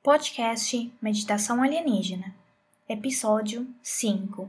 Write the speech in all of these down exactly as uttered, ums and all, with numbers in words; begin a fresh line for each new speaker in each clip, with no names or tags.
Podcast Meditação Alienígena, Episódio cinco.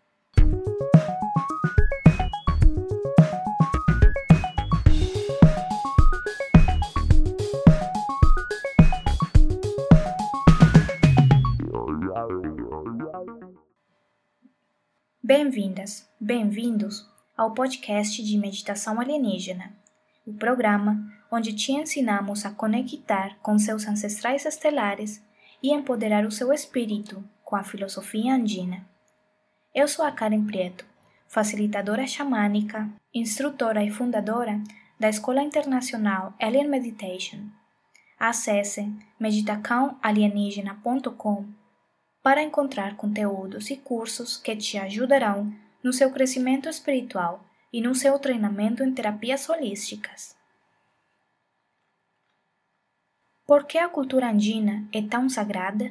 Bem-vindas, bem-vindos ao podcast de Meditação Alienígena, o programa onde te ensinamos a conectar com seus ancestrais estelares e empoderar o seu espírito com a filosofia andina. Eu sou a Karen Prieto, facilitadora xamânica, instrutora e fundadora da Escola Internacional Alien Meditation. Acesse meditação alienígena ponto com para encontrar conteúdos e cursos que te ajudarão no seu crescimento espiritual e no seu treinamento em terapias holísticas. Por que a cultura andina é tão sagrada?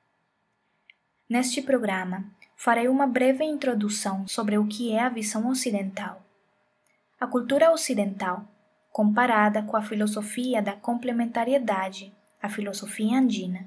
Neste programa, farei uma breve introdução sobre o que é a visão ocidental. A cultura ocidental, comparada com a filosofia da complementariedade, a filosofia andina.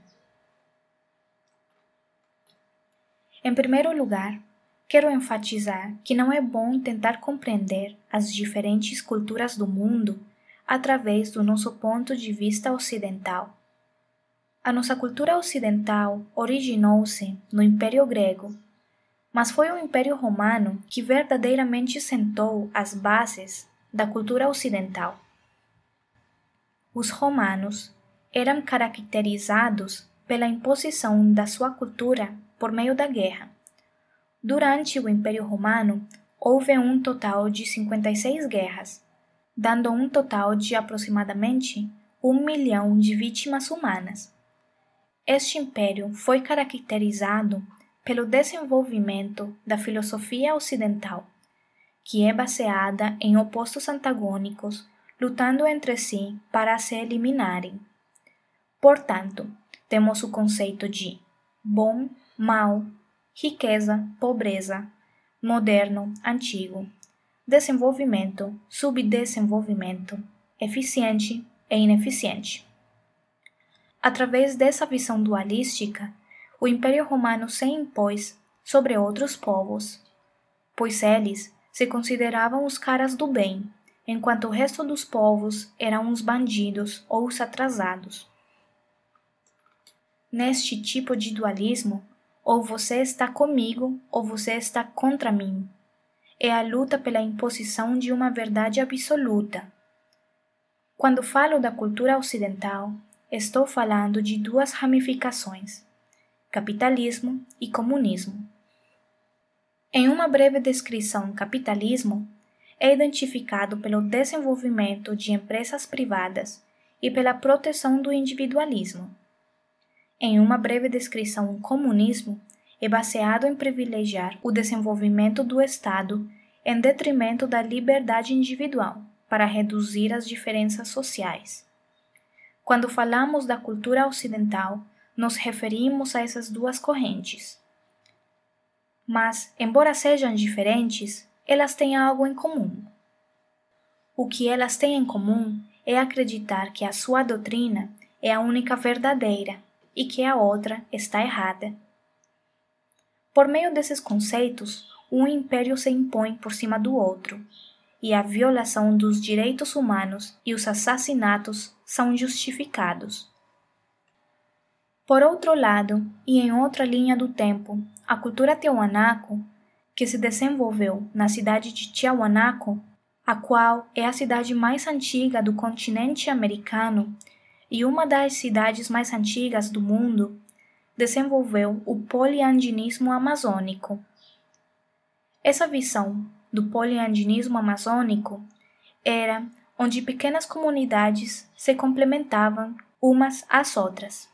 Em primeiro lugar, quero enfatizar que não é bom tentar compreender as diferentes culturas do mundo através do nosso ponto de vista ocidental. A nossa cultura ocidental originou-se no Império Grego, mas foi o Império Romano que verdadeiramente sentou as bases da cultura ocidental. Os romanos eram caracterizados pela imposição da sua cultura por meio da guerra. Durante o Império Romano, houve um total de cinquenta e seis guerras, dando um total de aproximadamente um milhão de vítimas humanas. Este império foi caracterizado pelo desenvolvimento da filosofia ocidental, que é baseada em opostos antagônicos lutando entre si para se eliminarem. Portanto, temos o conceito de bom, mal, riqueza, pobreza, moderno, antigo, desenvolvimento, subdesenvolvimento, eficiente e ineficiente. Através dessa visão dualística, o Império Romano se impôs sobre outros povos, pois eles se consideravam os caras do bem, enquanto o resto dos povos eram os bandidos ou os atrasados. Neste tipo de dualismo, ou você está comigo ou você está contra mim. É a luta pela imposição de uma verdade absoluta. Quando falo da cultura ocidental, estou falando de duas ramificações, capitalismo e comunismo. Em uma breve descrição, capitalismo é identificado pelo desenvolvimento de empresas privadas e pela proteção do individualismo. Em uma breve descrição, o comunismo é baseado em privilegiar o desenvolvimento do Estado em detrimento da liberdade individual para reduzir as diferenças sociais. Quando falamos da cultura ocidental, nos referimos a essas duas correntes. Mas, embora sejam diferentes, elas têm algo em comum. O que elas têm em comum é acreditar que a sua doutrina é a única verdadeira e que a outra está errada. Por meio desses conceitos, um império se impõe por cima do outro, e a violação dos direitos humanos e os assassinatos são justificados. Por outro lado, e em outra linha do tempo, a cultura Tiahuanaco, que se desenvolveu na cidade de Tiahuanaco, a qual é a cidade mais antiga do continente americano e uma das cidades mais antigas do mundo, desenvolveu o poliandinismo amazônico. Essa visão do poliandinismo amazônico era onde pequenas comunidades se complementavam umas às outras.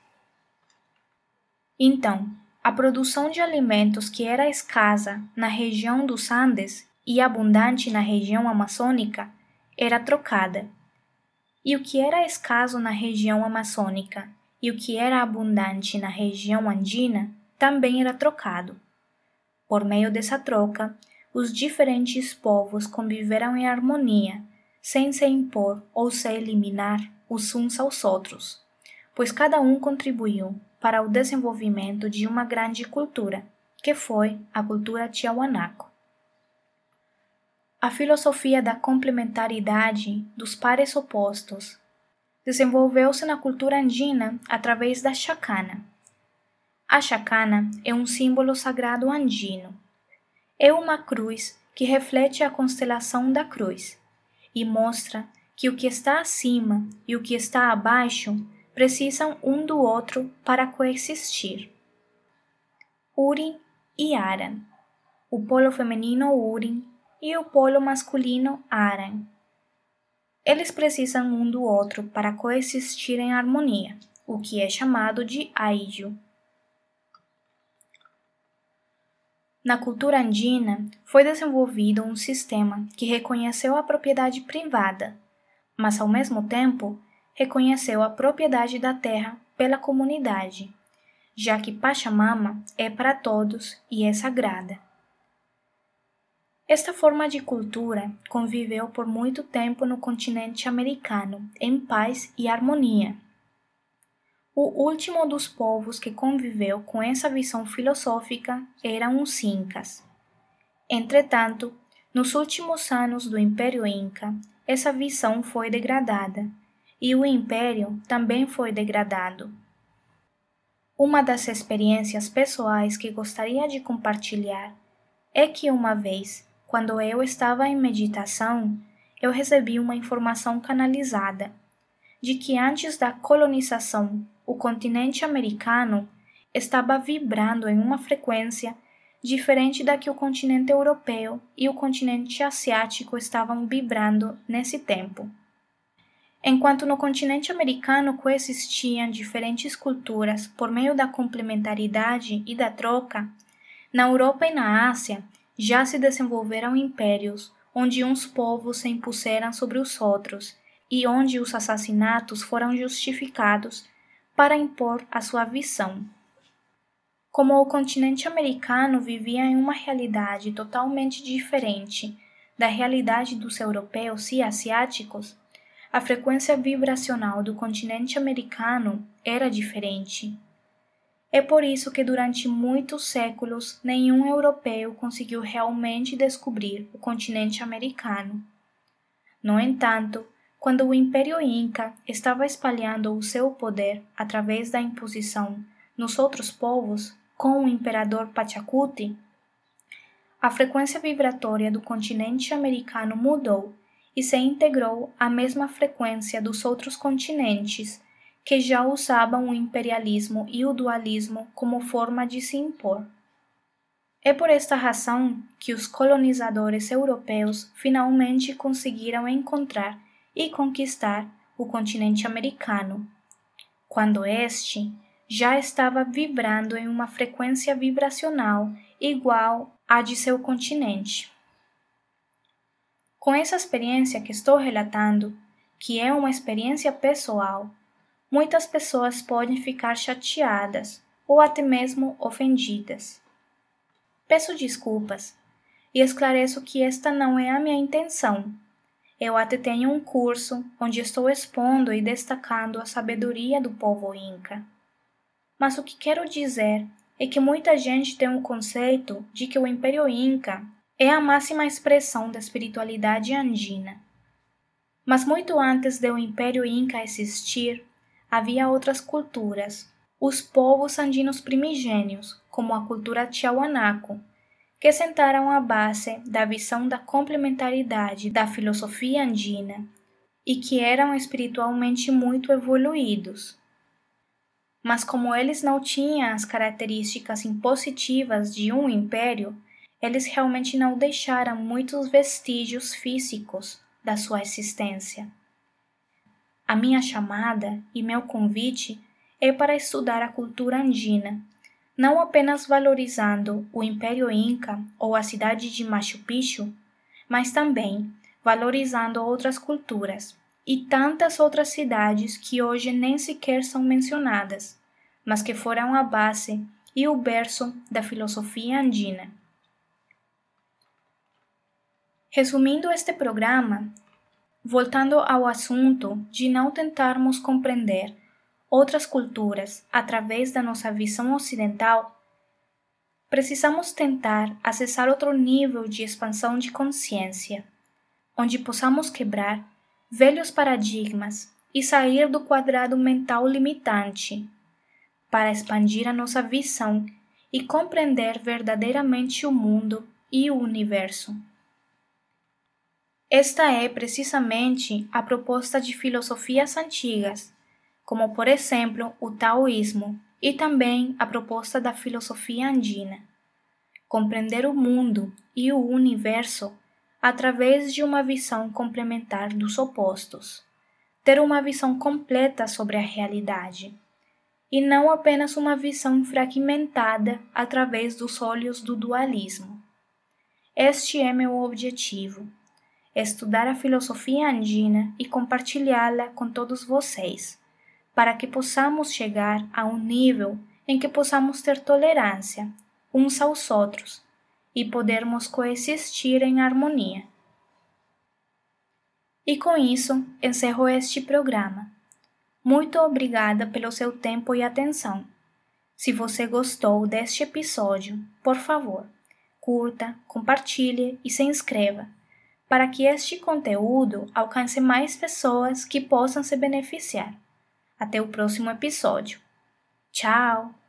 Então, a produção de alimentos que era escassa na região dos Andes e abundante na região amazônica era trocada. E o que era escasso na região amazônica e o que era abundante na região andina também era trocado. Por meio dessa troca, os diferentes povos conviveram em harmonia, sem se impor ou se eliminar os uns aos outros, pois cada um contribuiu para o desenvolvimento de uma grande cultura, que foi a cultura Tiahuanaco. A filosofia da complementaridade dos pares opostos desenvolveu-se na cultura andina através da chacana. A chacana é um símbolo sagrado andino. É uma cruz que reflete a constelação da cruz e mostra que o que está acima e o que está abaixo precisam um do outro para coexistir. Urim e Aran, o polo feminino Urim e o polo masculino Aran. Eles precisam um do outro para coexistir em harmonia, o que é chamado de Aiju. Na cultura andina, foi desenvolvido um sistema que reconheceu a propriedade privada, mas ao mesmo tempo reconheceu a propriedade da terra pela comunidade, já que Pachamama é para todos e é sagrada. Esta forma de cultura conviveu por muito tempo no continente americano, em paz e harmonia. O último dos povos que conviveu com essa visão filosófica eram os Incas. Entretanto, nos últimos anos do Império Inca, essa visão foi degradada, e o Império também foi degradado. Uma das experiências pessoais que gostaria de compartilhar é que uma vez, quando eu estava em meditação, eu recebi uma informação canalizada de que antes da colonização, o continente americano estava vibrando em uma frequência diferente da que o continente europeu e o continente asiático estavam vibrando nesse tempo. Enquanto no continente americano coexistiam diferentes culturas por meio da complementaridade e da troca, na Europa e na Ásia já se desenvolveram impérios onde uns povos se impuseram sobre os outros e onde os assassinatos foram justificados para impor a sua visão. Como o continente americano vivia em uma realidade totalmente diferente da realidade dos europeus e asiáticos, a frequência vibracional do continente americano era diferente. É por isso que durante muitos séculos nenhum europeu conseguiu realmente descobrir o continente americano. No entanto, quando o Império Inca estava espalhando o seu poder através da imposição nos outros povos, com o imperador Pachacuti, a frequência vibratória do continente americano mudou e se integrou à mesma frequência dos outros continentes, que já usavam o imperialismo e o dualismo como forma de se impor. É por esta razão que os colonizadores europeus finalmente conseguiram encontrar e conquistar o continente americano, quando este já estava vibrando em uma frequência vibracional igual à de seu continente. Com essa experiência que estou relatando, que é uma experiência pessoal, muitas pessoas podem ficar chateadas ou até mesmo ofendidas. Peço desculpas e esclareço que esta não é a minha intenção. Eu até tenho um curso onde estou expondo e destacando a sabedoria do povo Inca. Mas o que quero dizer é que muita gente tem o conceito de que o Império Inca é a máxima expressão da espiritualidade andina. Mas muito antes do Império Inca existir, havia outras culturas, os povos andinos primigênios, como a cultura Tiahuanaco, que sentaram a base da visão da complementaridade da filosofia andina e que eram espiritualmente muito evoluídos. Mas como eles não tinham as características impositivas de um império, eles realmente não deixaram muitos vestígios físicos da sua existência. A minha chamada e meu convite é para estudar a cultura andina, não apenas valorizando o Império Inca ou a cidade de Machu Picchu, mas também valorizando outras culturas e tantas outras cidades que hoje nem sequer são mencionadas, mas que foram a base e o berço da filosofia andina. Resumindo este programa, voltando ao assunto de não tentarmos compreender outras culturas através da nossa visão ocidental, precisamos tentar acessar outro nível de expansão de consciência, onde possamos quebrar velhos paradigmas e sair do quadrado mental limitante, para expandir a nossa visão e compreender verdadeiramente o mundo e o universo. Esta é precisamente a proposta de filosofias antigas, como por exemplo o taoísmo, e também a proposta da filosofia andina. Compreender o mundo e o universo através de uma visão complementar dos opostos. Ter uma visão completa sobre a realidade, e não apenas uma visão fragmentada através dos olhos do dualismo. Este é meu objetivo: estudar a filosofia andina e compartilhá-la com todos vocês, para que possamos chegar a um nível em que possamos ter tolerância uns aos outros e podermos coexistir em harmonia. E com isso, encerro este programa. Muito obrigada pelo seu tempo e atenção. Se você gostou deste episódio, por favor, curta, compartilhe e se inscreva, para que este conteúdo alcance mais pessoas que possam se beneficiar. Até o próximo episódio. Tchau!